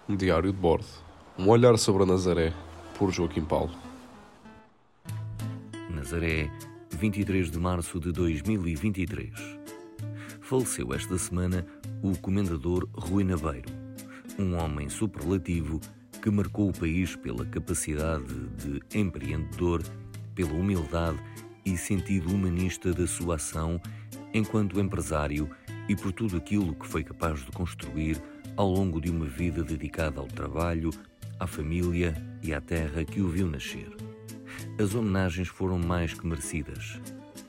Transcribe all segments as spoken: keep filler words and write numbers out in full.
Diário de bordo. Um olhar sobre a Nazaré, por Joaquim Paulo. Nazaré, vinte e três de março de dois mil e vinte e três. Faleceu esta semana o comendador Rui Naveiro, um homem superlativo que marcou o país pela capacidade de empreendedor, pela humildade e sentido humanista da sua ação enquanto empresário e por tudo aquilo que foi capaz de construir ao longo de uma vida dedicada ao trabalho, à família e à terra que o viu nascer. As homenagens foram mais que merecidas.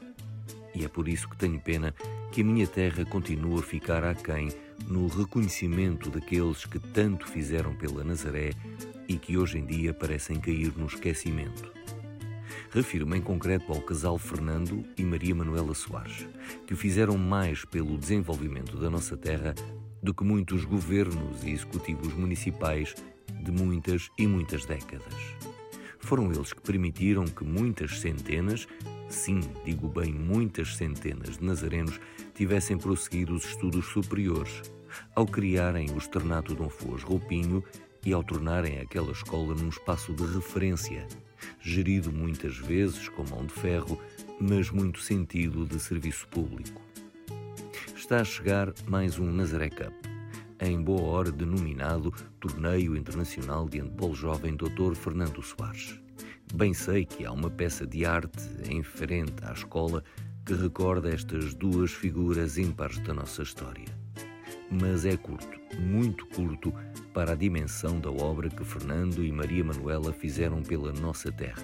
E é por isso que tenho pena que a minha terra continue a ficar aquém no reconhecimento daqueles que tanto fizeram pela Nazaré e que hoje em dia parecem cair no esquecimento. Refiro-me em concreto ao casal Fernando e Maria Manuela Soares, que fizeram mais pelo desenvolvimento da nossa terra do que muitos governos e executivos municipais de muitas e muitas décadas. Foram eles que permitiram que muitas centenas, sim, digo bem muitas centenas de nazarenos, tivessem prosseguido os estudos superiores, ao criarem o Externato Dom Foz Roupinho e ao tornarem aquela escola num espaço de referência, gerido muitas vezes com mão de ferro, mas muito sentido de serviço público. Está a chegar mais um Nazaré Cup, em boa hora denominado Torneio Internacional de Handball Jovem doutor Fernando Soares. Bem sei que há uma peça de arte em frente à escola que recorda estas duas figuras ímpares da nossa história. Mas é curto, muito curto, para a dimensão da obra que Fernando e Maria Manuela fizeram pela nossa terra.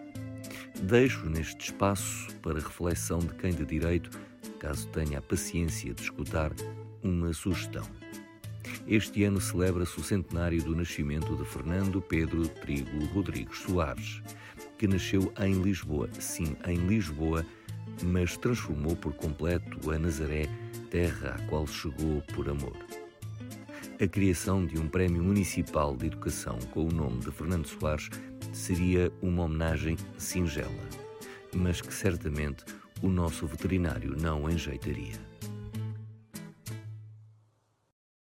Deixo neste espaço para reflexão de quem de direito, caso tenha a paciência de escutar, uma sugestão. Este ano celebra-se o centenário do nascimento de Fernando Pedro Trigo Rodrigues Soares, que nasceu em Lisboa, sim, em Lisboa, mas transformou por completo a Nazaré, terra à qual chegou por amor. A criação de um prémio municipal de educação com o nome de Fernando Soares seria uma homenagem singela, mas que certamente o nosso veterinário não enjeitaria.